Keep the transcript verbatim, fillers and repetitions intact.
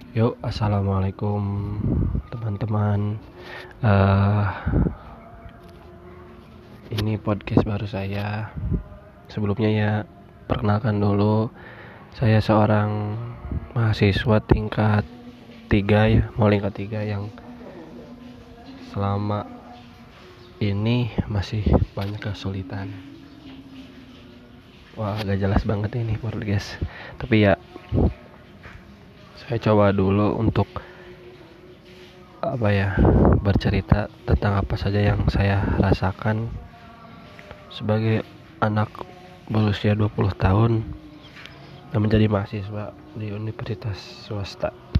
Yuk, assalamualaikum teman-teman. Uh, ini podcast baru saya. Sebelumnya ya, perkenalkan dulu, saya seorang mahasiswa tingkat tiga ya, mau tingkat tiga yang selama ini masih banyak kesulitan. Wah, gak jelas banget ini podcast. Tapi ya, saya coba dulu untuk apa ya bercerita tentang apa saja yang saya rasakan sebagai anak berusia dua puluh tahun dan menjadi mahasiswa di universitas swasta.